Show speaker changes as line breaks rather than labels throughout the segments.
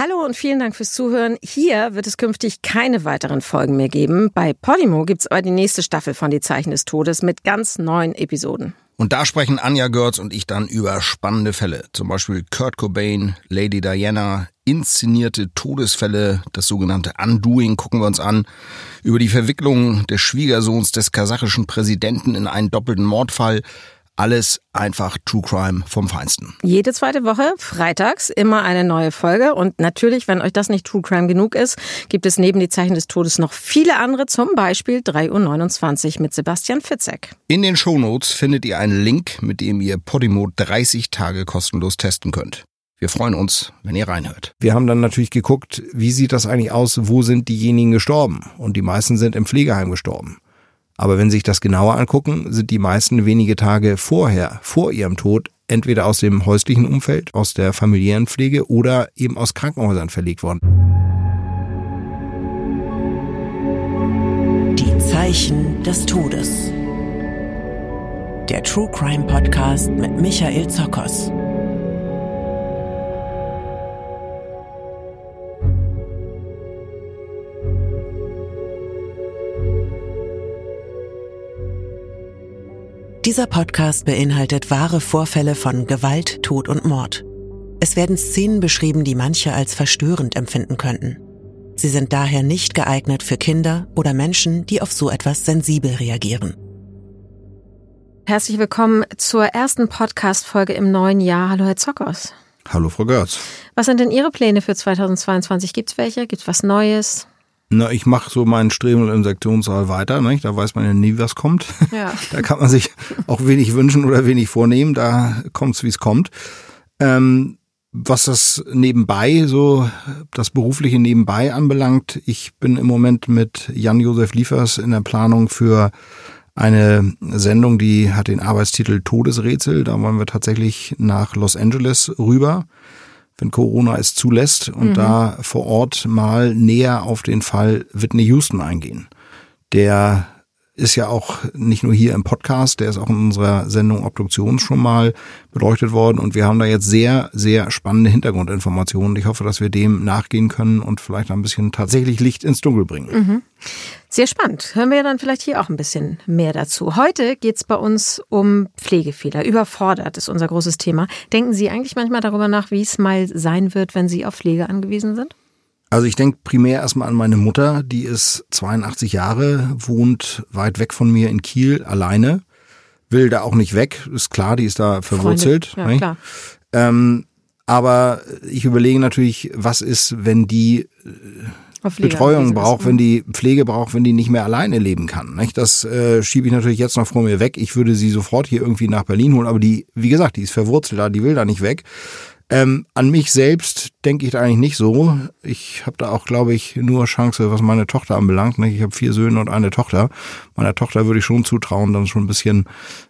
Hallo und vielen Dank fürs Zuhören. Hier wird es künftig keine weiteren Folgen mehr geben. Bei Podimo gibt's aber die nächste Staffel von Die Zeichen des Todes mit ganz neuen Episoden.
Und da sprechen Anja Görz und ich dann über spannende Fälle. Zum Beispiel Kurt Cobain, Lady Diana, inszenierte Todesfälle, das sogenannte Undoing gucken wir uns an. Über die Verwicklung des Schwiegersohns des kasachischen Präsidenten in einen doppelten Mordfall. Alles einfach True Crime vom Feinsten.
Jede zweite Woche, freitags, immer eine neue Folge. Und natürlich, wenn euch das nicht True Crime genug ist, gibt es neben Die Zeichen des Todes noch viele andere, zum Beispiel 3:29 Uhr mit Sebastian Fitzek.
In den Shownotes findet ihr einen Link, mit dem ihr Podimo 30 Tage kostenlos testen könnt. Wir freuen uns, wenn ihr reinhört.
Wir haben dann natürlich geguckt, wie sieht das eigentlich aus, wo sind diejenigen gestorben? Und die meisten sind im Pflegeheim gestorben. Aber wenn Sie sich das genauer angucken, sind die meisten wenige Tage vor ihrem Tod, entweder aus dem häuslichen Umfeld, aus der familiären Pflege oder eben aus Krankenhäusern verlegt worden.
Die Zeichen des Todes. Der True Crime Podcast mit Michael Zockers. Dieser Podcast beinhaltet wahre Vorfälle von Gewalt, Tod und Mord. Es werden Szenen beschrieben, die manche als verstörend empfinden könnten. Sie sind daher nicht geeignet für Kinder oder Menschen, die auf so etwas sensibel reagieren.
Herzlich willkommen zur ersten Podcast-Folge im neuen Jahr. Hallo, Herr Zockers.
Hallo, Frau Görz.
Was sind denn Ihre Pläne für 2022? Gibt's welche? Gibt's was Neues?
Na, ich mache so meinen Stremel im Sektionssaal weiter, nicht? Da weiß man ja nie, was kommt. Ja. Da kann man sich auch wenig wünschen oder wenig vornehmen, da kommt's, wie es kommt. Was das nebenbei, so das berufliche Nebenbei anbelangt, ich bin im Moment mit Jan-Josef Liefers in der Planung für eine Sendung, die hat den Arbeitstitel Todesrätsel. Da wollen wir tatsächlich nach Los Angeles rüber, wenn Corona es zulässt, und da vor Ort mal näher auf den Fall Whitney Houston eingehen. Der ist ja auch nicht nur hier im Podcast, der ist auch in unserer Sendung Obduktion schon mal beleuchtet worden, und wir haben da jetzt sehr, sehr spannende Hintergrundinformationen. Ich hoffe, dass wir dem nachgehen können und vielleicht ein bisschen tatsächlich Licht ins Dunkel bringen.
Mhm. Sehr spannend. Hören wir dann vielleicht hier auch ein bisschen mehr dazu. Heute geht's bei uns um Pflegefehler. Überfordert ist unser großes Thema. Denken Sie eigentlich manchmal darüber nach, wie es mal sein wird, wenn Sie auf Pflege angewiesen sind?
Also ich denke primär erstmal an meine Mutter, die ist 82 Jahre, wohnt weit weg von mir in Kiel alleine, will da auch nicht weg, ist klar, die ist da verwurzelt.
Ja, klar.
Aber ich überlege natürlich, was ist, wenn die Betreuung braucht, wenn die Pflege braucht, wenn die nicht mehr alleine leben kann. Nicht? Das schiebe ich natürlich jetzt noch vor mir weg. Ich würde sie sofort hier irgendwie nach Berlin holen, aber die, wie gesagt, die ist verwurzelt da, die will da nicht weg. An mich selbst denke ich da eigentlich nicht so. Ich habe da auch, glaube ich, nur Chance, was meine Tochter anbelangt. Ich habe 4 Söhne und eine Tochter. Meiner Tochter würde ich schon zutrauen, dann schon ein bisschen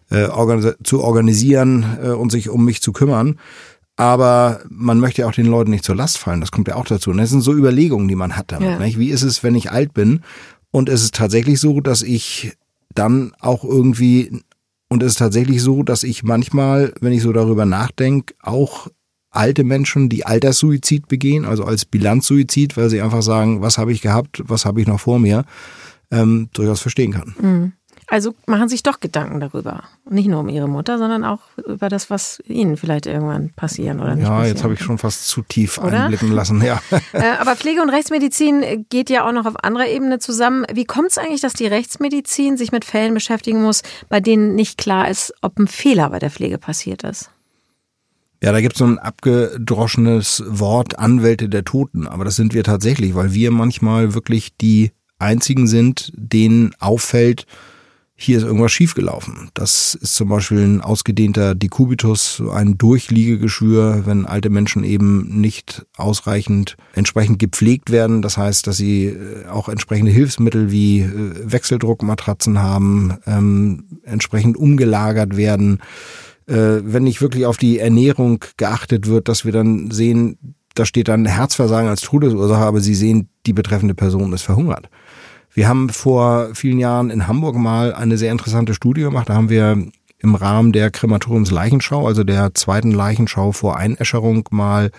zu organisieren und sich um mich zu kümmern. Aber man möchte ja auch den Leuten nicht zur Last fallen. Das kommt ja auch dazu. Und das sind so Überlegungen, die man hat damit. Ja. Nicht? Wie ist es, wenn ich alt bin? Und es ist tatsächlich so, dass ich dann auch irgendwie, und es ist tatsächlich so, dass ich manchmal, wenn ich so darüber nachdenke, auch alte Menschen, die Alterssuizid begehen, also als Bilanzsuizid, weil sie einfach sagen, was habe ich gehabt, was habe ich noch vor mir, durchaus verstehen kann.
Mhm. Also machen sich doch Gedanken darüber. Nicht nur um Ihre Mutter, sondern auch über das, was Ihnen vielleicht irgendwann passieren oder nicht passieren.
Ja, jetzt habe ich schon fast zu tief einblicken lassen. Ja.
Aber Pflege und Rechtsmedizin geht ja auch noch auf anderer Ebene zusammen. Wie kommt es eigentlich, dass die Rechtsmedizin sich mit Fällen beschäftigen muss, bei denen nicht klar ist, ob ein Fehler bei der Pflege passiert ist?
Ja, da gibt es so ein abgedroschenes Wort, Anwälte der Toten. Aber das sind wir tatsächlich, weil wir manchmal wirklich die Einzigen sind, denen auffällt, hier ist irgendwas schiefgelaufen. Das ist zum Beispiel ein ausgedehnter Dekubitus, ein Durchliegegeschwür, wenn alte Menschen eben nicht ausreichend entsprechend gepflegt werden. Das heißt, dass sie auch entsprechende Hilfsmittel wie Wechseldruckmatratzen haben, entsprechend umgelagert werden. Wenn nicht wirklich auf die Ernährung geachtet wird, dass wir dann sehen, da steht dann Herzversagen als Todesursache, aber Sie sehen, die betreffende Person ist verhungert. Wir haben vor vielen Jahren in Hamburg mal eine sehr interessante Studie gemacht. Da haben wir im Rahmen der Krematoriumsleichenschau, also der zweiten Leichenschau vor Einäscherung, mal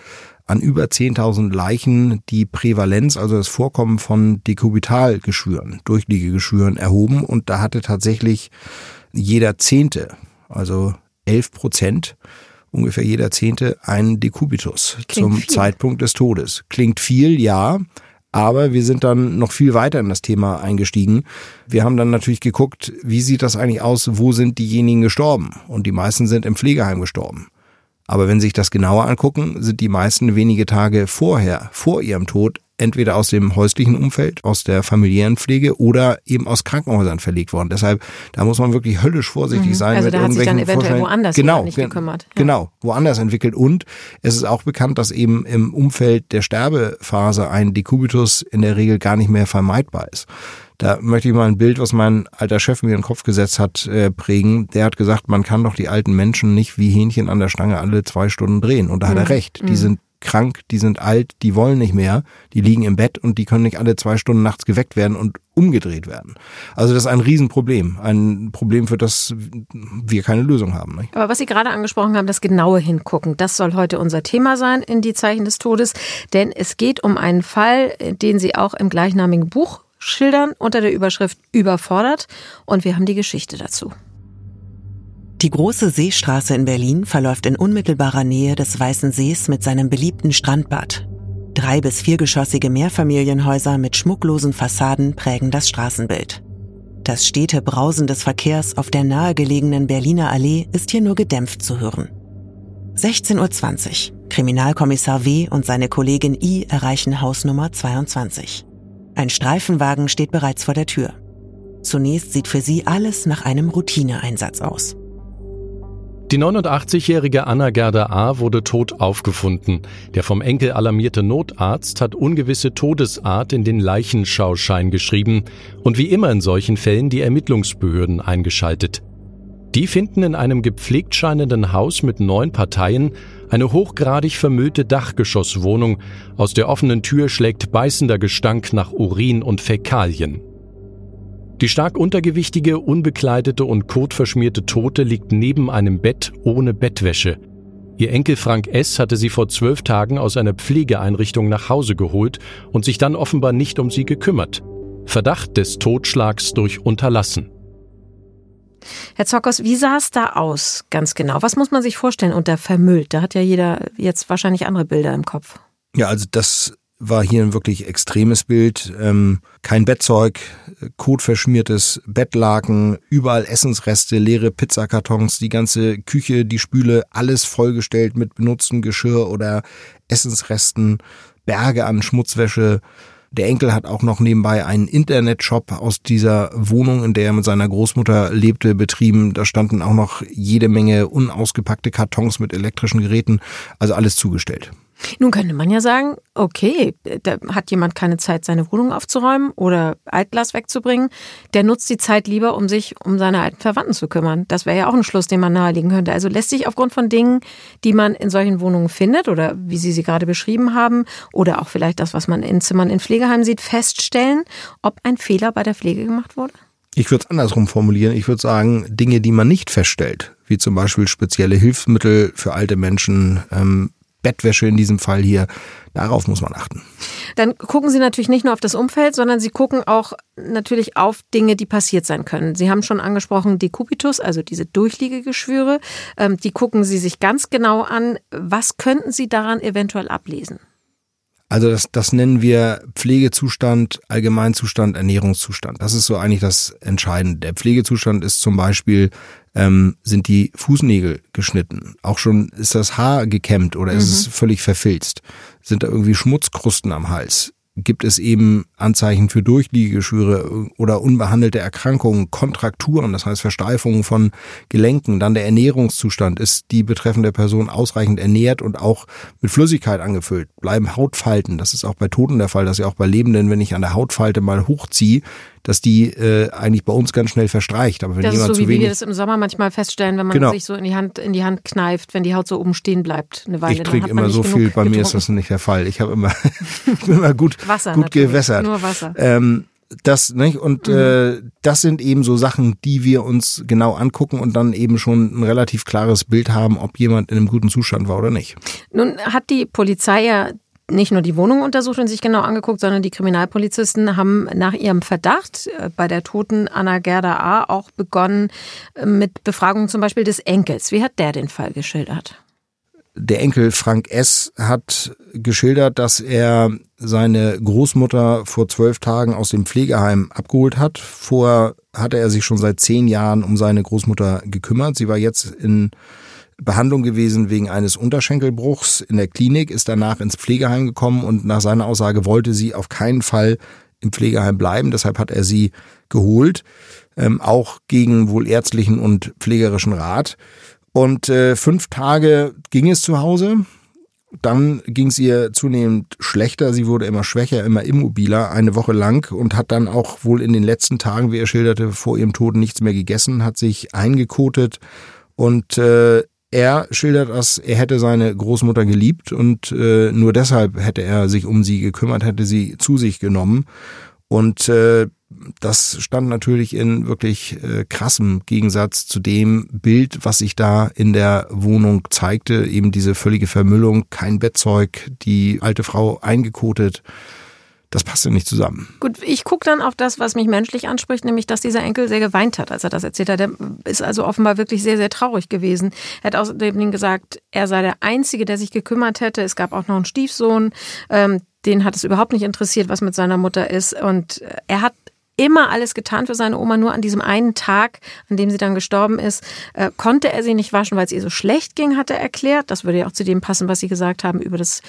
an über 10.000 Leichen die Prävalenz, also das Vorkommen von Dekubitalgeschwüren, Durchliegegeschwüren erhoben. Und da hatte tatsächlich jeder Zehnte, also 11%, ungefähr jeder Zehnte, einen Dekubitus zum Zeitpunkt des Todes. Klingt viel, ja. Aber wir sind dann noch viel weiter in das Thema eingestiegen. Wir haben dann natürlich geguckt, wie sieht das eigentlich aus, wo sind diejenigen gestorben? Und die meisten sind im Pflegeheim gestorben. Aber wenn Sie sich das genauer angucken, sind die meisten wenige Tage vor ihrem Tod, entweder aus dem häuslichen Umfeld, aus der familiären Pflege oder eben aus Krankenhäusern verlegt worden. Deshalb, da muss man wirklich höllisch vorsichtig sein.
Also
mit
da hat sich dann eventuell woanders
nicht
gekümmert. Ja.
Genau, woanders entwickelt. Und es ist auch bekannt, dass eben im Umfeld der Sterbephase ein Dekubitus in der Regel gar nicht mehr vermeidbar ist. Da möchte ich mal ein Bild, was mein alter Chef mir in den Kopf gesetzt hat, prägen. Der hat gesagt, man kann doch die alten Menschen nicht wie Hähnchen an der Stange alle 2 Stunden drehen. Und da hat er recht. Die sind krank, die sind alt, die wollen nicht mehr, die liegen im Bett und die können nicht alle 2 Stunden nachts geweckt werden und umgedreht werden. Also das ist ein Riesenproblem. Ein Problem, für das wir keine Lösung haben. Nicht?
Aber was Sie gerade angesprochen haben, das genaue Hingucken, das soll heute unser Thema sein in die Zeichen des Todes. Denn es geht um einen Fall, den Sie auch im gleichnamigen Buch schildern, unter der Überschrift Überfordert. Und wir haben die Geschichte dazu.
Die große Seestraße in Berlin verläuft in unmittelbarer Nähe des Weißen Sees mit seinem beliebten Strandbad. 3- bis 4-geschossige Mehrfamilienhäuser mit schmucklosen Fassaden prägen das Straßenbild. Das stete Brausen des Verkehrs auf der nahegelegenen Berliner Allee ist hier nur gedämpft zu hören. 16:20 Uhr. Kriminalkommissar W. und seine Kollegin I. erreichen Hausnummer 22. Ein Streifenwagen steht bereits vor der Tür. Zunächst sieht für sie alles nach einem Routineeinsatz aus.
Die 89-jährige Anna Gerda A. wurde tot aufgefunden. Der vom Enkel alarmierte Notarzt hat ungewisse Todesart in den Leichenschauschein geschrieben und wie immer in solchen Fällen die Ermittlungsbehörden eingeschaltet. Die finden in einem gepflegt scheinenden Haus mit 9 Parteien eine hochgradig vermüllte Dachgeschosswohnung. Aus der offenen Tür schlägt beißender Gestank nach Urin und Fäkalien. Die stark untergewichtige, unbekleidete und kotverschmierte Tote liegt neben einem Bett ohne Bettwäsche. Ihr Enkel Frank S. hatte sie vor 12 Tagen aus einer Pflegeeinrichtung nach Hause geholt und sich dann offenbar nicht um sie gekümmert. Verdacht des Totschlags durch Unterlassen.
Herr Zockers, wie sah es da aus ganz genau? Was muss man sich vorstellen unter vermüllt? Da hat ja jeder jetzt wahrscheinlich andere Bilder im Kopf.
Ja, also das war hier ein wirklich extremes Bild. Kein Bettzeug, kotverschmiertes Bettlaken, überall Essensreste, leere Pizzakartons, die ganze Küche, die Spüle, alles vollgestellt mit benutztem Geschirr oder Essensresten, Berge an Schmutzwäsche. Der Enkel hat auch noch nebenbei einen Internetshop aus dieser Wohnung, in der er mit seiner Großmutter lebte, betrieben. Da standen auch noch jede Menge unausgepackte Kartons mit elektrischen Geräten, also alles zugestellt.
Nun könnte man ja sagen, okay, da hat jemand keine Zeit, seine Wohnung aufzuräumen oder Altglas wegzubringen. Der nutzt die Zeit lieber, um sich um seine alten Verwandten zu kümmern. Das wäre ja auch ein Schluss, den man nahelegen könnte. Also lässt sich aufgrund von Dingen, die man in solchen Wohnungen findet oder wie Sie sie gerade beschrieben haben oder auch vielleicht das, was man in Zimmern in Pflegeheimen sieht, feststellen, ob ein Fehler bei der Pflege gemacht wurde?
Ich würde es andersrum formulieren. Ich würde sagen, Dinge, die man nicht feststellt, wie zum Beispiel spezielle Hilfsmittel für alte Menschen, Bettwäsche in diesem Fall hier, darauf muss man achten.
Dann gucken Sie natürlich nicht nur auf das Umfeld, sondern Sie gucken auch natürlich auf Dinge, die passiert sein können. Sie haben schon angesprochen, Dekubitus, also diese Durchliegegeschwüre, die gucken Sie sich ganz genau an. Was könnten Sie daran eventuell ablesen?
Also das nennen wir Pflegezustand, Allgemeinzustand, Ernährungszustand. Das ist so eigentlich das Entscheidende. Der Pflegezustand ist zum Beispiel, sind die Fußnägel geschnitten. Auch schon ist das Haar gekämmt oder ist es völlig verfilzt. Sind da irgendwie Schmutzkrusten am Hals? Gibt es eben Anzeichen für Durchliegegeschwüre oder unbehandelte Erkrankungen, Kontrakturen, das heißt Versteifungen von Gelenken. Dann der Ernährungszustand. Ist die betreffende Person ausreichend ernährt und auch mit Flüssigkeit angefüllt? Bleiben Hautfalten, das ist auch bei Toten der Fall, das ist ja auch bei Lebenden, wenn ich an der Hautfalte mal hochziehe, dass die eigentlich bei uns ganz schnell verstreicht. Aber wenn
das
jemand
ist so,
zu
wie
wenig,
wir das im Sommer manchmal feststellen, wenn man sich so in die Hand kneift, wenn die Haut so oben stehen bleibt eine Weile.
Ich trinke immer so viel, bei mir ist das nicht der Fall. Ich habe immer, ich bin immer gut
Wasser,
gewässert.
Nur Wasser.
Das, nicht? Und das sind eben so Sachen, die wir uns genau angucken und dann eben schon ein relativ klares Bild haben, ob jemand in einem guten Zustand war oder nicht.
Nun hat die Polizei ja nicht nur die Wohnung untersucht und sich genau angeguckt, sondern die Kriminalpolizisten haben nach ihrem Verdacht bei der toten Anna Gerda A. auch begonnen mit Befragungen zum Beispiel des Enkels. Wie hat der den Fall geschildert?
Der Enkel Frank S. hat geschildert, dass er seine Großmutter vor 12 Tagen aus dem Pflegeheim abgeholt hat. Vorher hatte er sich schon seit 10 Jahren um seine Großmutter gekümmert. Sie war jetzt in Behandlung gewesen wegen eines Unterschenkelbruchs in der Klinik, ist danach ins Pflegeheim gekommen und nach seiner Aussage wollte sie auf keinen Fall im Pflegeheim bleiben. Deshalb hat er sie geholt, auch gegen wohl ärztlichen und pflegerischen Rat. Und 5 Tage ging es zu Hause. Dann ging es ihr zunehmend schlechter. Sie wurde immer schwächer, immer immobiler, eine Woche lang und hat dann auch wohl in den letzten Tagen, wie er schilderte, vor ihrem Tod nichts mehr gegessen, hat sich eingekotet und er schildert, dass er hätte seine Großmutter geliebt und nur deshalb hätte er sich um sie gekümmert, hätte sie zu sich genommen. Und das stand natürlich in wirklich krassem Gegensatz zu dem Bild, was sich da in der Wohnung zeigte. Eben diese völlige Vermüllung, kein Bettzeug, die alte Frau eingekotet. Das passte nicht zusammen.
Gut, ich gucke dann auf das, was mich menschlich anspricht, nämlich, dass dieser Enkel sehr geweint hat, als er das erzählt hat. Er ist also offenbar wirklich sehr, sehr traurig gewesen. Er hat außerdem gesagt, er sei der Einzige, der sich gekümmert hätte. Es gab auch noch einen Stiefsohn, den hat es überhaupt nicht interessiert, was mit seiner Mutter ist. Und er hat immer alles getan für seine Oma, nur an diesem einen Tag, an dem sie dann gestorben ist, konnte er sie nicht waschen, weil es ihr so schlecht ging, hat er erklärt. Das würde ja auch zu dem passen, was Sie gesagt haben über das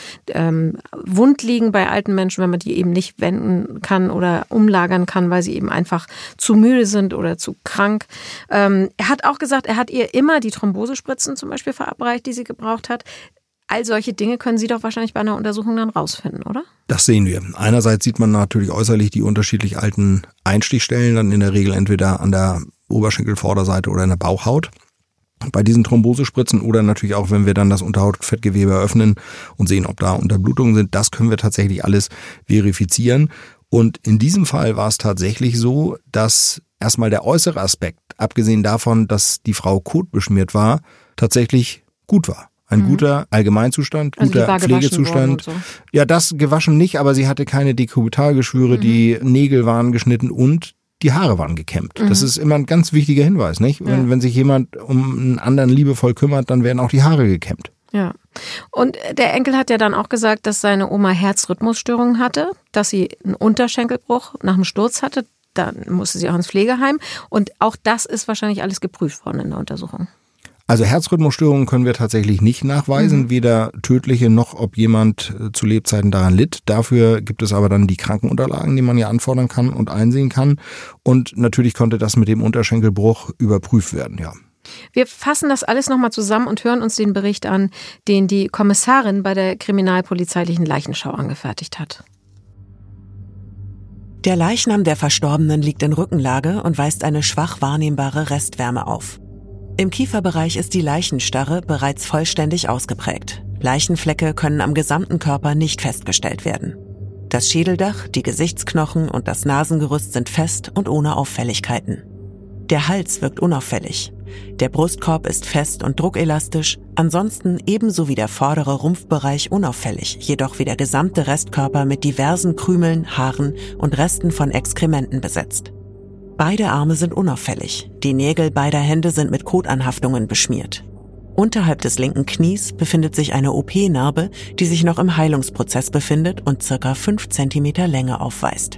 Wundliegen bei alten Menschen, wenn man die eben nicht wenden kann oder umlagern kann, weil sie eben einfach zu müde sind oder zu krank. Er hat auch gesagt, er hat ihr immer die Thrombosespritzen zum Beispiel verabreicht, die sie gebraucht hat. All solche Dinge können Sie doch wahrscheinlich bei einer Untersuchung dann rausfinden, oder?
Das sehen wir. Einerseits sieht man natürlich äußerlich die unterschiedlich alten Einstichstellen, dann in der Regel entweder an der Oberschenkelvorderseite oder in der Bauchhaut. Bei diesen Thrombosespritzen oder natürlich auch, wenn wir dann das Unterhautfettgewebe eröffnen und sehen, ob da Unterblutungen sind, das können wir tatsächlich alles verifizieren. Und in diesem Fall war es tatsächlich so, dass erstmal der äußere Aspekt, abgesehen davon, dass die Frau kotbeschmiert war, tatsächlich gut war. Ein guter Allgemeinzustand, also guter Pflegezustand. So. Ja, das gewaschen nicht, aber sie hatte keine Dekubitalgeschwüre, die Nägel waren geschnitten und die Haare waren gekämmt. Das ist immer ein ganz wichtiger Hinweis, nicht? Ja. Wenn sich jemand um einen anderen liebevoll kümmert, dann werden auch die Haare gekämmt.
Ja. Und der Enkel hat ja dann auch gesagt, dass seine Oma Herzrhythmusstörungen hatte, dass sie einen Unterschenkelbruch nach dem Sturz hatte. Dann musste sie auch ins Pflegeheim. Und auch das ist wahrscheinlich alles geprüft worden in der Untersuchung.
Also Herzrhythmusstörungen können wir tatsächlich nicht nachweisen, weder tödliche noch ob jemand zu Lebzeiten daran litt. Dafür gibt es aber dann die Krankenunterlagen, die man ja anfordern kann und einsehen kann. Und natürlich konnte das mit dem Unterschenkelbruch überprüft werden, ja.
Wir fassen das alles nochmal zusammen und hören uns den Bericht an, den die Kommissarin bei der kriminalpolizeilichen Leichenschau angefertigt hat.
Der Leichnam der Verstorbenen liegt in Rückenlage und weist eine schwach wahrnehmbare Restwärme auf. Im Kieferbereich ist die Leichenstarre bereits vollständig ausgeprägt. Leichenflecke können am gesamten Körper nicht festgestellt werden. Das Schädeldach, die Gesichtsknochen und das Nasengerüst sind fest und ohne Auffälligkeiten. Der Hals wirkt unauffällig. Der Brustkorb ist fest und druckelastisch, ansonsten ebenso wie der vordere Rumpfbereich unauffällig, jedoch wie der gesamte Restkörper mit diversen Krümeln, Haaren und Resten von Exkrementen besetzt. Beide Arme sind unauffällig. Die Nägel beider Hände sind mit Kotanhaftungen beschmiert. Unterhalb des linken Knies befindet sich eine OP-Narbe, die sich noch im Heilungsprozess befindet und ca. 5 cm Länge aufweist.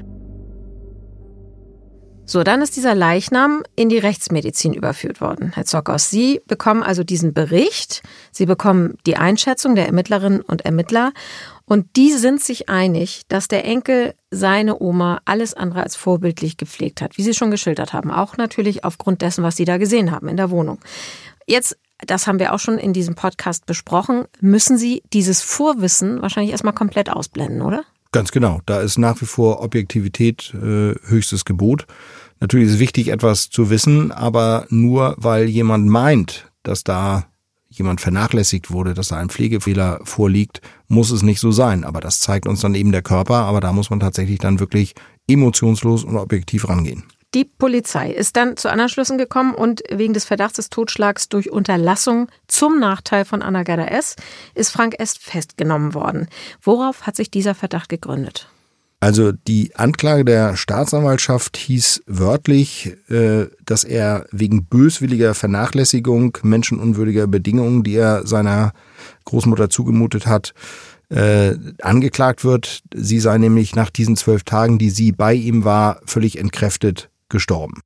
So, dann ist dieser Leichnam in die Rechtsmedizin überführt worden. Herr Zockers, Sie bekommen also diesen Bericht, Sie bekommen die Einschätzung der Ermittlerinnen und Ermittler und die sind sich einig, dass der Enkel seine Oma alles andere als vorbildlich gepflegt hat, wie Sie schon geschildert haben, auch natürlich aufgrund dessen, was Sie da gesehen haben in der Wohnung. Jetzt, das haben wir auch schon in diesem Podcast besprochen, müssen Sie dieses Vorwissen wahrscheinlich erstmal komplett ausblenden, oder?
Ganz genau. Da ist nach wie vor Objektivität höchstes Gebot. Natürlich ist es wichtig, etwas zu wissen, aber nur weil jemand meint, dass da jemand vernachlässigt wurde, dass da ein Pflegefehler vorliegt, muss es nicht so sein. Aber das zeigt uns dann eben der Körper. Aber da muss man tatsächlich dann wirklich emotionslos und objektiv rangehen.
Die Polizei ist dann zu anderen Schlüssen gekommen und wegen des Verdachts des Totschlags durch Unterlassung zum Nachteil von Anna-Gerda S. ist Frank S. festgenommen worden. Worauf hat sich dieser Verdacht gegründet?
Also die Anklage der Staatsanwaltschaft hieß wörtlich, dass er wegen böswilliger Vernachlässigung menschenunwürdiger Bedingungen, die er seiner Großmutter zugemutet hat, angeklagt wird. Sie sei nämlich nach diesen 12 Tagen, die sie bei ihm war, völlig entkräftet gestorben.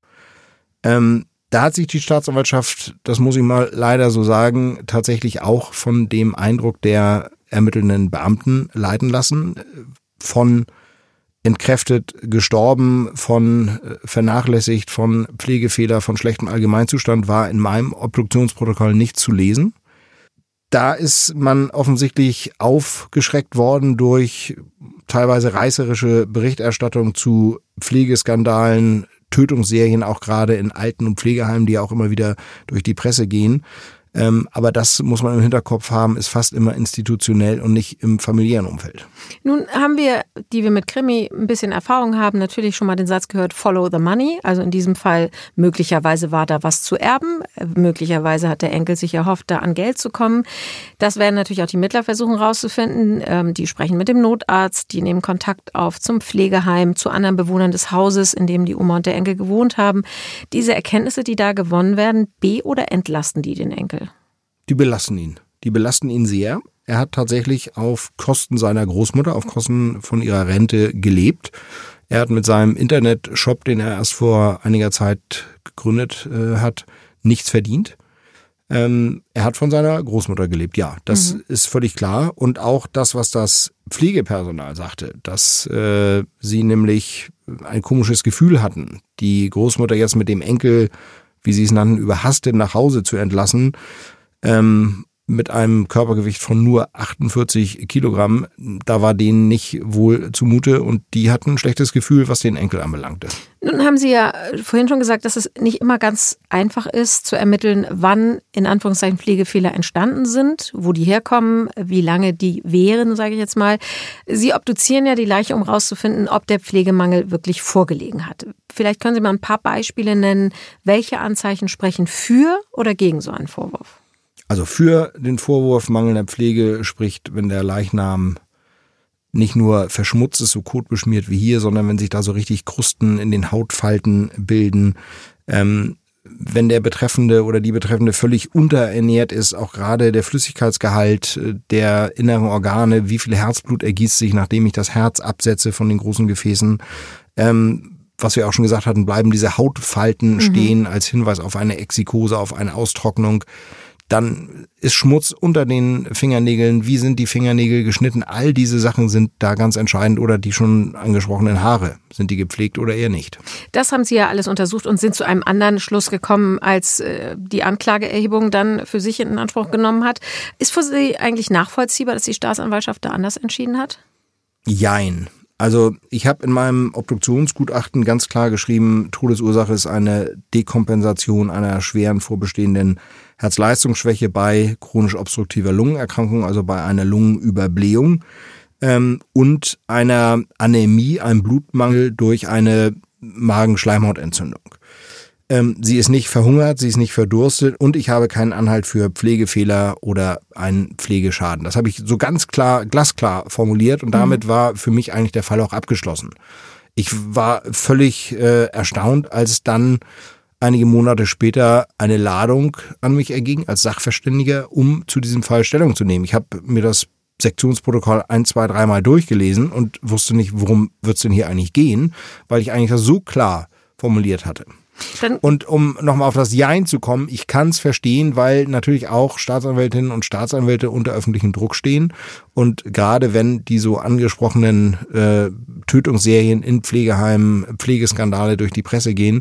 Da hat sich die Staatsanwaltschaft, das muss ich mal leider so sagen, tatsächlich auch von dem Eindruck der ermittelnden Beamten leiten lassen, von entkräftet gestorben, von vernachlässigt, von Pflegefehler, von schlechtem Allgemeinzustand war in meinem Obduktionsprotokoll nicht zu lesen. Da ist man offensichtlich aufgeschreckt worden durch teilweise reißerische Berichterstattung zu Pflegeskandalen, Tötungsserien auch gerade in Alten- und Pflegeheimen, die ja auch immer wieder durch die Presse gehen. Aber das muss man im Hinterkopf haben, ist fast immer institutionell und nicht im familiären Umfeld.
Nun haben wir, die wir mit Krimi ein bisschen Erfahrung haben, natürlich schon mal den Satz gehört, follow the money. Also in diesem Fall möglicherweise war da was zu erben. Möglicherweise hat der Enkel sich erhofft, da an Geld zu kommen. Das werden natürlich auch die Mittler versuchen rauszufinden. Die sprechen mit dem Notarzt, die nehmen Kontakt auf zum Pflegeheim, zu anderen Bewohnern des Hauses, in dem die Oma und der Enkel gewohnt haben. Diese Erkenntnisse, die da gewonnen werden, oder entlasten die den Enkel?
Die belasten ihn. Die belasten ihn sehr. Er hat tatsächlich auf Kosten seiner Großmutter, auf Kosten von ihrer Rente gelebt. Er hat mit seinem Internetshop, den er erst vor einiger Zeit gegründet hat, nichts verdient. Er hat von seiner Großmutter gelebt, ja, das ist völlig klar. Und auch das, was das Pflegepersonal sagte, dass sie nämlich ein komisches Gefühl hatten, die Großmutter jetzt mit dem Enkel, wie sie es nannten, überhastet nach Hause zu entlassen, mit einem Körpergewicht von nur 48 Kilogramm, da war denen nicht wohl zumute und die hatten ein schlechtes Gefühl, was den Enkel anbelangte.
Nun haben Sie ja vorhin schon gesagt, dass es nicht immer ganz einfach ist, zu ermitteln, wann in Anführungszeichen Pflegefehler entstanden sind, wo die herkommen, wie lange die wären, sage ich jetzt mal. Sie obduzieren ja die Leiche, um rauszufinden, ob der Pflegemangel wirklich vorgelegen hat. Vielleicht können Sie mal ein paar Beispiele nennen, welche Anzeichen sprechen für oder gegen so einen Vorwurf?
Also für den Vorwurf mangelnder Pflege spricht, wenn der Leichnam nicht nur verschmutzt ist, so kotbeschmiert wie hier, sondern wenn sich da so richtig Krusten in den Hautfalten bilden, wenn der Betreffende oder die Betreffende völlig unterernährt ist, auch gerade der Flüssigkeitsgehalt der inneren Organe, wie viel Herzblut ergießt sich, nachdem ich das Herz absetze von den großen Gefäßen, was wir auch schon gesagt hatten, bleiben diese Hautfalten stehen als Hinweis auf eine Exikose, auf eine Austrocknung. Dann ist Schmutz unter den Fingernägeln. Wie sind die Fingernägel geschnitten? All diese Sachen sind da ganz entscheidend. Oder die schon angesprochenen Haare. Sind die gepflegt oder eher nicht?
Das haben Sie ja alles untersucht und sind zu einem anderen Schluss gekommen, als die Anklageerhebung dann für sich in Anspruch genommen hat. Ist für Sie eigentlich nachvollziehbar, dass die Staatsanwaltschaft da anders entschieden hat?
Jein. Also ich habe in meinem Obduktionsgutachten ganz klar geschrieben, Todesursache ist eine Dekompensation einer schweren vorbestehenden Herzleistungsschwäche bei chronisch obstruktiver Lungenerkrankung, also bei einer Lungenüberblähung und einer Anämie, einem Blutmangel durch eine Magenschleimhautentzündung. Sie ist nicht verhungert, sie ist nicht verdurstet und ich habe keinen Anhalt für Pflegefehler oder einen Pflegeschaden. Das habe ich so ganz klar, glasklar formuliert und damit war für mich eigentlich der Fall auch abgeschlossen. Ich war völlig erstaunt, als dann einige Monate später eine Ladung an mich erging als Sachverständiger, um zu diesem Fall Stellung zu nehmen. Ich habe mir das Sektionsprotokoll 1, 2, 3 Mal durchgelesen und wusste nicht, worum wird es denn hier eigentlich gehen, weil ich eigentlich das so klar formuliert hatte. Und um nochmal auf das Jein zu kommen, ich kann es verstehen, weil natürlich auch Staatsanwältinnen und Staatsanwälte unter öffentlichem Druck stehen und gerade wenn die so angesprochenen Tötungsserien in Pflegeheimen, Pflegeskandale durch die Presse gehen,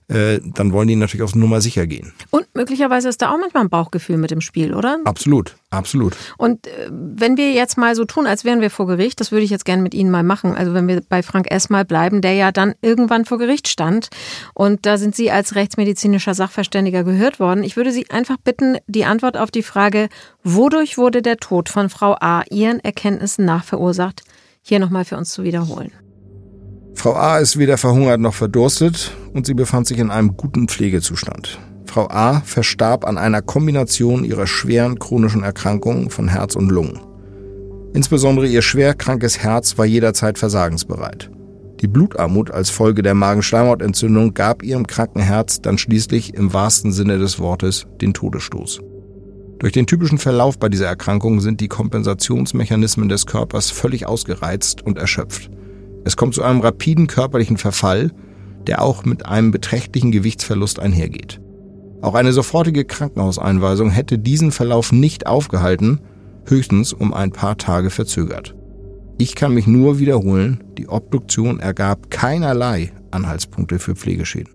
dann wollen die natürlich auf Nummer sicher gehen.
Und möglicherweise ist da auch manchmal ein Bauchgefühl mit im Spiel, oder?
Absolut, absolut.
Und wenn wir jetzt mal so tun, als wären wir vor Gericht, das würde ich jetzt gerne mit Ihnen mal machen, also wenn wir bei Frank S. mal bleiben, der ja dann irgendwann vor Gericht stand und da sind Sie als rechtsmedizinischer Sachverständiger gehört worden. Ich würde Sie einfach bitten, die Antwort auf die Frage, wodurch wurde der Tod von Frau A. Ihren Erkenntnissen nach verursacht, hier nochmal für uns zu wiederholen.
Frau A. ist weder verhungert noch verdurstet und sie befand sich in einem guten Pflegezustand. Frau A. verstarb an einer Kombination ihrer schweren chronischen Erkrankungen von Herz und Lungen. Insbesondere ihr schwer krankes Herz war jederzeit versagensbereit. Die Blutarmut als Folge der Magenschleimhautentzündung gab ihrem kranken Herz dann schließlich im wahrsten Sinne des Wortes den Todesstoß. Durch den typischen Verlauf bei dieser Erkrankung sind die Kompensationsmechanismen des Körpers völlig ausgereizt und erschöpft. Es kommt zu einem rapiden körperlichen Verfall, der auch mit einem beträchtlichen Gewichtsverlust einhergeht. Auch eine sofortige Krankenhauseinweisung hätte diesen Verlauf nicht aufgehalten, höchstens um ein paar Tage verzögert. Ich kann mich nur wiederholen, die Obduktion ergab keinerlei Anhaltspunkte für Pflegeschäden.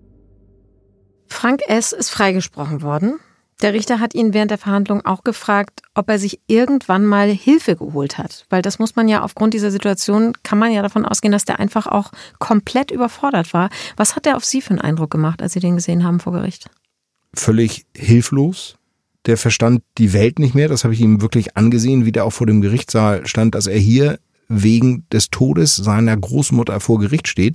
Frank S. ist freigesprochen worden. Der Richter hat ihn während der Verhandlung auch gefragt, ob er sich irgendwann mal Hilfe geholt hat. Weil das muss man ja aufgrund dieser Situation, kann man ja davon ausgehen, dass der einfach auch komplett überfordert war. Was hat der auf Sie für einen Eindruck gemacht, als Sie den gesehen haben vor Gericht?
Völlig hilflos. Der verstand die Welt nicht mehr. Das habe ich ihm wirklich angesehen, wie der auch vor dem Gerichtssaal stand, dass er hier wegen des Todes seiner Großmutter vor Gericht steht,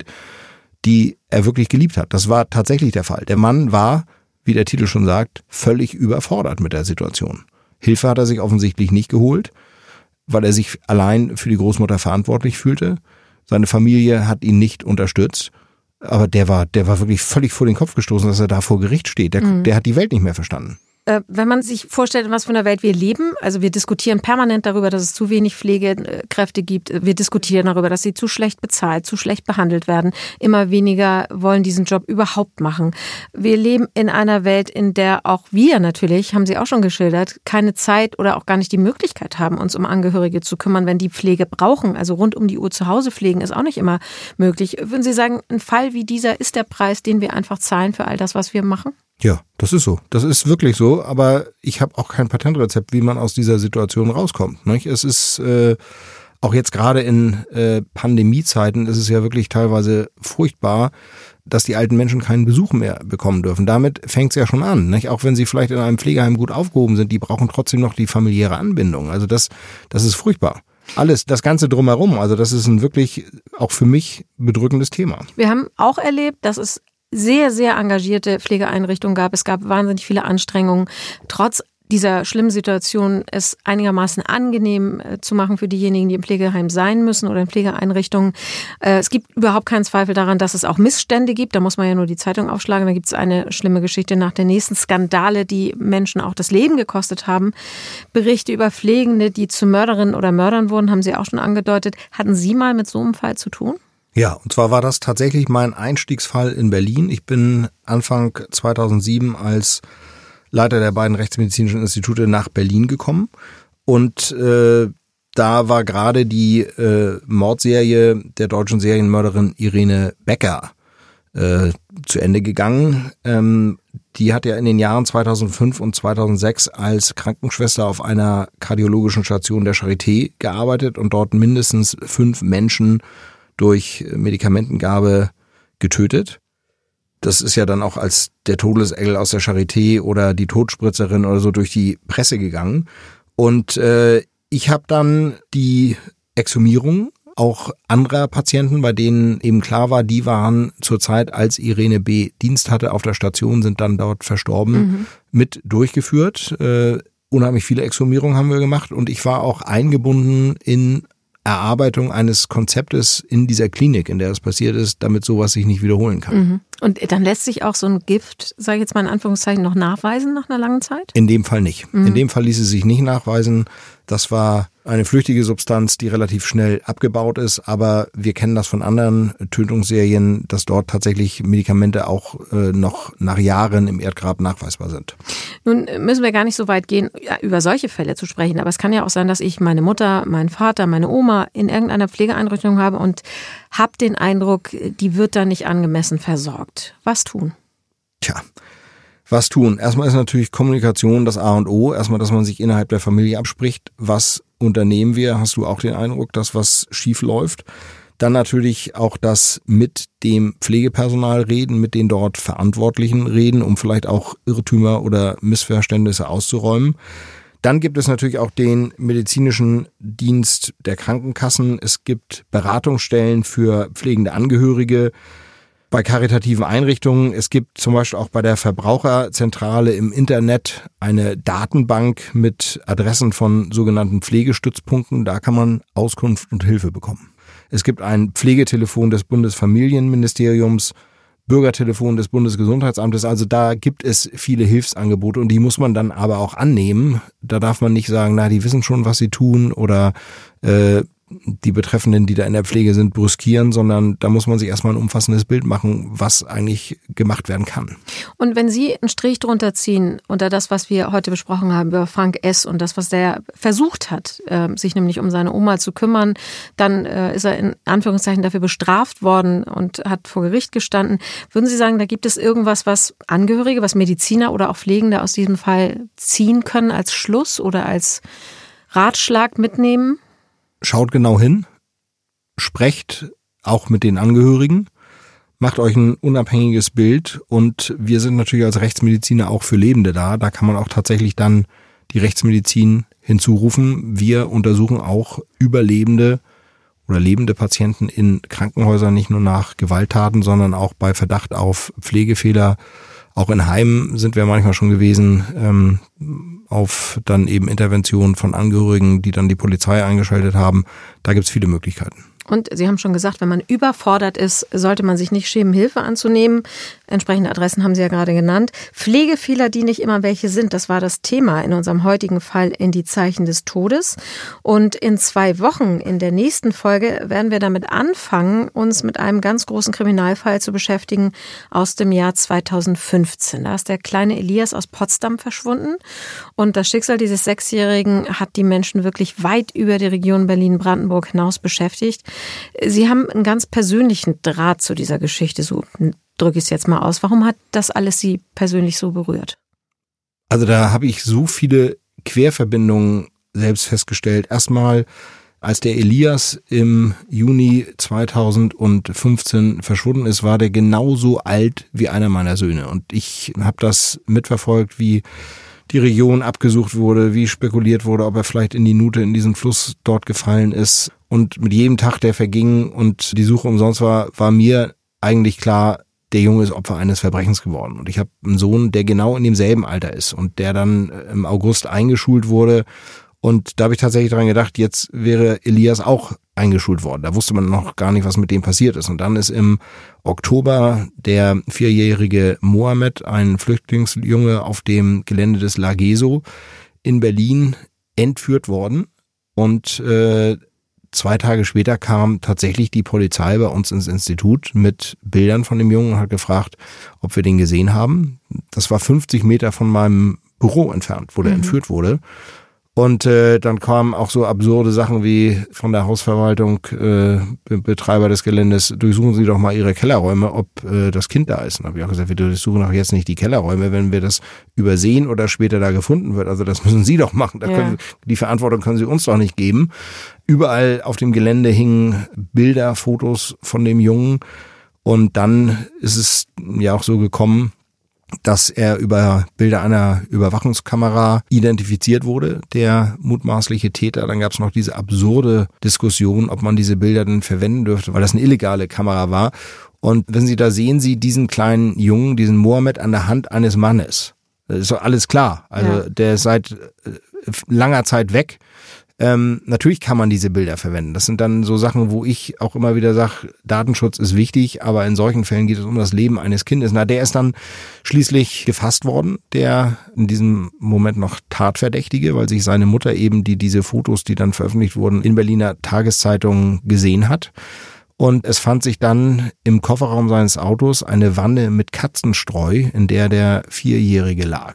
die er wirklich geliebt hat. Das war tatsächlich der Fall. Der Mann war, wie der Titel schon sagt, völlig überfordert mit der Situation. Hilfe hat er sich offensichtlich nicht geholt, weil er sich allein für die Großmutter verantwortlich fühlte. Seine Familie hat ihn nicht unterstützt. Aber der war wirklich völlig vor den Kopf gestoßen, dass er da vor Gericht steht. Der hat die Welt nicht mehr verstanden.
Wenn man sich vorstellt, in was für einer Welt wir leben, also wir diskutieren permanent darüber, dass es zu wenig Pflegekräfte gibt. Wir diskutieren darüber, dass sie zu schlecht bezahlt, zu schlecht behandelt werden. Immer weniger wollen diesen Job überhaupt machen. Wir leben in einer Welt, in der auch wir natürlich, haben Sie auch schon geschildert, keine Zeit oder auch gar nicht die Möglichkeit haben, uns um Angehörige zu kümmern, wenn die Pflege brauchen. Also rund um die Uhr zu Hause pflegen ist auch nicht immer möglich. Würden Sie sagen, ein Fall wie dieser ist der Preis, den wir einfach zahlen für all das, was wir machen?
Ja, das ist so. Das ist wirklich so. Aber ich habe auch kein Patentrezept, wie man aus dieser Situation rauskommt. Nicht? Es ist auch jetzt gerade in Pandemiezeiten ist es ja wirklich teilweise furchtbar, dass die alten Menschen keinen Besuch mehr bekommen dürfen. Damit fängt es ja schon an. Nicht? Auch wenn sie vielleicht in einem Pflegeheim gut aufgehoben sind, die brauchen trotzdem noch die familiäre Anbindung. Also das ist furchtbar. Alles, das Ganze drumherum. Also das ist ein wirklich auch für mich bedrückendes Thema.
Wir haben auch erlebt, dass es sehr, sehr engagierte Pflegeeinrichtungen gab. Es gab wahnsinnig viele Anstrengungen. Trotz dieser schlimmen Situation es einigermaßen angenehm zu machen für diejenigen, die im Pflegeheim sein müssen oder in Pflegeeinrichtungen. Es gibt überhaupt keinen Zweifel daran, dass es auch Missstände gibt. Da muss man ja nur die Zeitung aufschlagen. Da gibt es eine schlimme Geschichte nach der nächsten. Skandale, die Menschen auch das Leben gekostet haben. Berichte über Pflegende, die zu Mörderinnen oder Mördern wurden, haben Sie auch schon angedeutet. Hatten Sie mal mit so einem Fall zu tun?
Ja, und zwar war das tatsächlich mein Einstiegsfall in Berlin. Ich bin Anfang 2007 als Leiter der beiden rechtsmedizinischen Institute nach Berlin gekommen und da war gerade die Mordserie der deutschen Serienmörderin Irene Becker zu Ende gegangen. Die hat ja in den Jahren 2005 und 2006 als Krankenschwester auf einer kardiologischen Station der Charité gearbeitet und dort mindestens 5 Menschen durch Medikamentengabe getötet. Das ist ja dann auch als der Todesengel aus der Charité oder die Todspritzerin oder so durch die Presse gegangen. Und ich habe dann die Exhumierung auch anderer Patienten, bei denen eben klar war, die waren zur Zeit, als Irene B. Dienst hatte auf der Station, sind dann dort verstorben, mit durchgeführt. Unheimlich viele Exhumierungen haben wir gemacht und ich war auch eingebunden in Erarbeitung eines Konzeptes in dieser Klinik, in der es passiert ist, damit sowas sich nicht wiederholen kann.
Und dann lässt sich auch so ein Gift, sage ich jetzt mal in Anführungszeichen, noch nachweisen nach einer langen Zeit?
In dem Fall nicht. In dem Fall ließ es sich nicht nachweisen. Das war eine flüchtige Substanz, die relativ schnell abgebaut ist, aber wir kennen das von anderen Tötungsserien, dass dort tatsächlich Medikamente auch noch nach Jahren im Erdgrab nachweisbar sind.
Nun müssen wir gar nicht so weit gehen, über solche Fälle zu sprechen, aber es kann ja auch sein, dass ich meine Mutter, meinen Vater, meine Oma in irgendeiner Pflegeeinrichtung habe und habe den Eindruck, die wird da nicht angemessen versorgt. Was tun?
Tja, was tun? Erstmal ist natürlich Kommunikation das A und O. Erstmal, dass man sich innerhalb der Familie abspricht. Was unternehmen wir? Hast du auch den Eindruck, dass was schief läuft? Dann natürlich auch das mit dem Pflegepersonal reden, mit den dort Verantwortlichen reden, um vielleicht auch Irrtümer oder Missverständnisse auszuräumen. Dann gibt es natürlich auch den medizinischen Dienst der Krankenkassen. Es gibt Beratungsstellen für pflegende Angehörige bei karitativen Einrichtungen. Es gibt zum Beispiel auch bei der Verbraucherzentrale im Internet eine Datenbank mit Adressen von sogenannten Pflegestützpunkten. Da kann man Auskunft und Hilfe bekommen. Es gibt ein Pflegetelefon des Bundesfamilienministeriums, Bürgertelefon des Bundesgesundheitsamtes. Also da gibt es viele Hilfsangebote und die muss man dann aber auch annehmen. Da darf man nicht sagen, na, die wissen schon, was sie tun oder die Betreffenden, die da in der Pflege sind, brüskieren, sondern da muss man sich erstmal ein umfassendes Bild machen, was eigentlich gemacht werden kann.
Und wenn Sie einen Strich drunter ziehen unter das, was wir heute besprochen haben über Frank S. und das, was der versucht hat, sich nämlich um seine Oma zu kümmern, dann ist er in Anführungszeichen dafür bestraft worden und hat vor Gericht gestanden. Würden Sie sagen, da gibt es irgendwas, was Angehörige, was Mediziner oder auch Pflegende aus diesem Fall ziehen können als Schluss oder als Ratschlag mitnehmen?
Schaut genau hin, sprecht auch mit den Angehörigen, macht euch ein unabhängiges Bild und wir sind natürlich als Rechtsmediziner auch für Lebende da. Da kann man auch tatsächlich dann die Rechtsmedizin hinzurufen. Wir untersuchen auch Überlebende oder lebende Patienten in Krankenhäusern, nicht nur nach Gewalttaten, sondern auch bei Verdacht auf Pflegefehler. Auch in Heimen sind wir manchmal schon gewesen, auf dann eben Interventionen von Angehörigen, die dann die Polizei eingeschaltet haben. Da gibt's viele Möglichkeiten.
Und Sie haben schon gesagt, wenn man überfordert ist, sollte man sich nicht schämen, Hilfe anzunehmen. Entsprechende Adressen haben Sie ja gerade genannt. Pflegefehler, die nicht immer welche sind, das war das Thema in unserem heutigen Fall in die Zeichen des Todes. Und in 2 Wochen, in der nächsten Folge, werden wir damit anfangen, uns mit einem ganz großen Kriminalfall zu beschäftigen aus dem Jahr 2015. Da ist der kleine Elias aus Potsdam verschwunden. Und das Schicksal dieses 6-Jährigen hat die Menschen wirklich weit über die Region Berlin-Brandenburg hinaus beschäftigt. Sie haben einen ganz persönlichen Draht zu dieser Geschichte, so drücke ich es jetzt mal aus. Warum hat das alles Sie persönlich so berührt?
Also da habe ich so viele Querverbindungen selbst festgestellt. Erstmal, als der Elias im Juni 2015 verschwunden ist, war der genauso alt wie einer meiner Söhne. Und ich habe das mitverfolgt, wie die Region abgesucht wurde, wie spekuliert wurde, ob er vielleicht in die Nute, in diesen Fluss dort gefallen ist. Und mit jedem Tag, der verging und die Suche umsonst war mir eigentlich klar, der Junge ist Opfer eines Verbrechens geworden. Und ich habe einen Sohn, der genau in demselben Alter ist und der dann im August eingeschult wurde. Und da habe ich tatsächlich dran gedacht, jetzt wäre Elias auch eingeschult worden. Da wusste man noch gar nicht, was mit dem passiert ist. Und dann ist im Oktober der 4-jährige Mohammed, ein Flüchtlingsjunge, auf dem Gelände des Lageso in Berlin entführt worden. Und 2 Tage später kam tatsächlich die Polizei bei uns ins Institut mit Bildern von dem Jungen und hat gefragt, ob wir den gesehen haben. Das war 50 Meter von meinem Büro entfernt, wo der entführt wurde. Und dann kamen auch so absurde Sachen wie von der Hausverwaltung, Betreiber des Geländes, durchsuchen Sie doch mal Ihre Kellerräume, ob das Kind da ist. Und habe ich auch gesagt, wir durchsuchen doch jetzt nicht die Kellerräume, wenn wir das übersehen oder später da gefunden wird. Also das müssen Sie doch machen. Die Verantwortung können Sie uns doch nicht geben. Überall auf dem Gelände hingen Bilder, Fotos von dem Jungen. Und dann ist es ja auch so gekommen, dass er über Bilder einer Überwachungskamera identifiziert wurde, der mutmaßliche Täter. Dann gab es noch diese absurde Diskussion, ob man diese Bilder denn verwenden dürfte, weil das eine illegale Kamera war. Und wenn Sie da sehen, Sie diesen kleinen Jungen, diesen Mohammed an der Hand eines Mannes. Das ist doch alles klar. Also der ist seit langer Zeit weg. Natürlich kann man diese Bilder verwenden. Das sind dann so Sachen, wo ich auch immer wieder sage, Datenschutz ist wichtig, aber in solchen Fällen geht es um das Leben eines Kindes. Na, der ist dann schließlich gefasst worden, der in diesem Moment noch Tatverdächtige, weil sich seine Mutter eben diese Fotos, die dann veröffentlicht wurden, in Berliner Tageszeitungen gesehen hat. Und es fand sich dann im Kofferraum seines Autos eine Wanne mit Katzenstreu, in der 4-Jährige lag.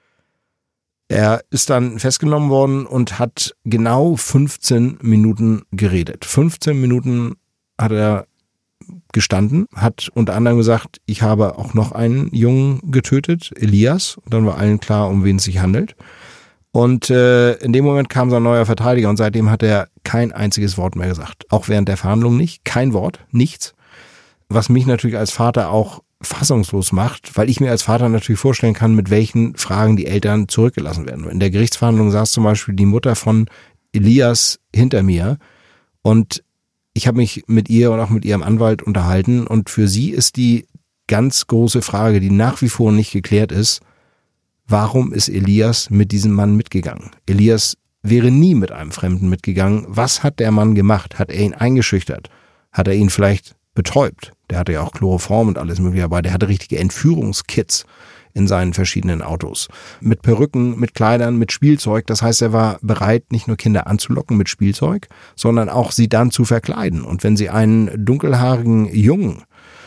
Er ist dann festgenommen worden und hat genau 15 Minuten geredet. 15 Minuten hat er gestanden, hat unter anderem gesagt, ich habe auch noch einen Jungen getötet, Elias. Und dann war allen klar, um wen es sich handelt. Und in dem Moment kam sein neuer Verteidiger und seitdem hat er kein einziges Wort mehr gesagt. Auch während der Verhandlung nicht. Kein Wort, nichts. Was mich natürlich als Vater auch fassungslos macht, weil ich mir als Vater natürlich vorstellen kann, mit welchen Fragen die Eltern zurückgelassen werden. In der Gerichtsverhandlung saß zum Beispiel die Mutter von Elias hinter mir und ich habe mich mit ihr und auch mit ihrem Anwalt unterhalten und für sie ist die ganz große Frage, die nach wie vor nicht geklärt ist, warum ist Elias mit diesem Mann mitgegangen? Elias wäre nie mit einem Fremden mitgegangen. Was hat der Mann gemacht? Hat er ihn eingeschüchtert? Hat er ihn vielleicht betäubt? Der hatte ja auch Chloroform und alles mögliche dabei. Der hatte richtige Entführungskits in seinen verschiedenen Autos. Mit Perücken, mit Kleidern, mit Spielzeug. Das heißt, er war bereit, nicht nur Kinder anzulocken mit Spielzeug, sondern auch sie dann zu verkleiden. Und wenn sie einen dunkelhaarigen Jungen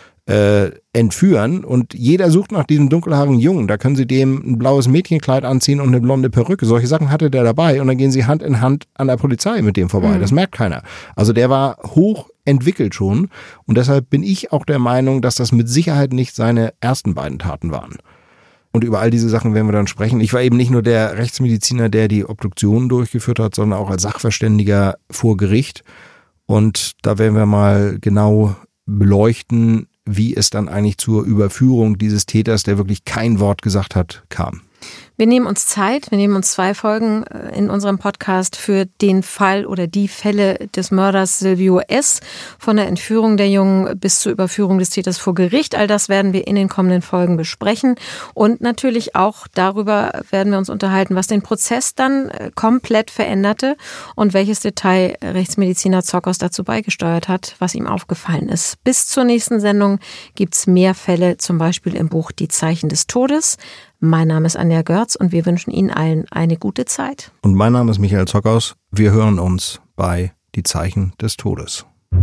entführen und jeder sucht nach diesem dunkelhaarigen Jungen, da können sie dem ein blaues Mädchenkleid anziehen und eine blonde Perücke. Solche Sachen hatte der dabei und dann gehen sie Hand in Hand an der Polizei mit dem vorbei. Das merkt keiner. Also der war hoch entwickelt schon und deshalb bin ich auch der Meinung, dass das mit Sicherheit nicht seine ersten beiden Taten waren. Und über all diese Sachen werden wir dann sprechen. Ich war eben nicht nur der Rechtsmediziner, der die Obduktion durchgeführt hat, sondern auch als Sachverständiger vor Gericht. Und da werden wir mal genau beleuchten, wie es dann eigentlich zur Überführung dieses Täters, der wirklich kein Wort gesagt hat, kam.
Wir nehmen uns Zeit, wir nehmen uns 2 Folgen in unserem Podcast für den Fall oder die Fälle des Mörders Silvio S. Von der Entführung der Jungen bis zur Überführung des Täters vor Gericht. All das werden wir in den kommenden Folgen besprechen. Und natürlich auch darüber werden wir uns unterhalten, was den Prozess dann komplett veränderte und welches Detail Rechtsmediziner Zokos dazu beigesteuert hat, was ihm aufgefallen ist. Bis zur nächsten Sendung gibt's mehr Fälle, zum Beispiel im Buch Die Zeichen des Todes. Mein Name ist Anja Görz und wir wünschen Ihnen allen eine gute Zeit.
Und mein Name ist Michael Zokos. Wir hören uns bei Die Zeichen des Todes.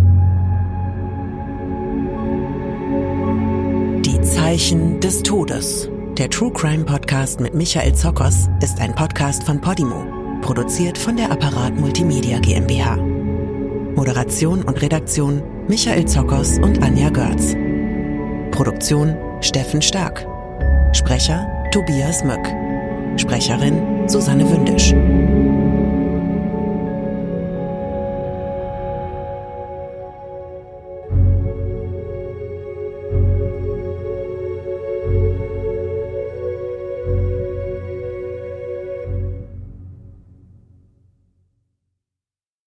Die Zeichen des Todes. Der True Crime Podcast mit Michael Zokos ist ein Podcast von Podimo, produziert von der Apparat Multimedia GmbH. Moderation und Redaktion Michael Zokos und Anja Görz. Produktion Steffen Stark. Sprecher Tobias Möck. Sprecherin Susanne Wündisch.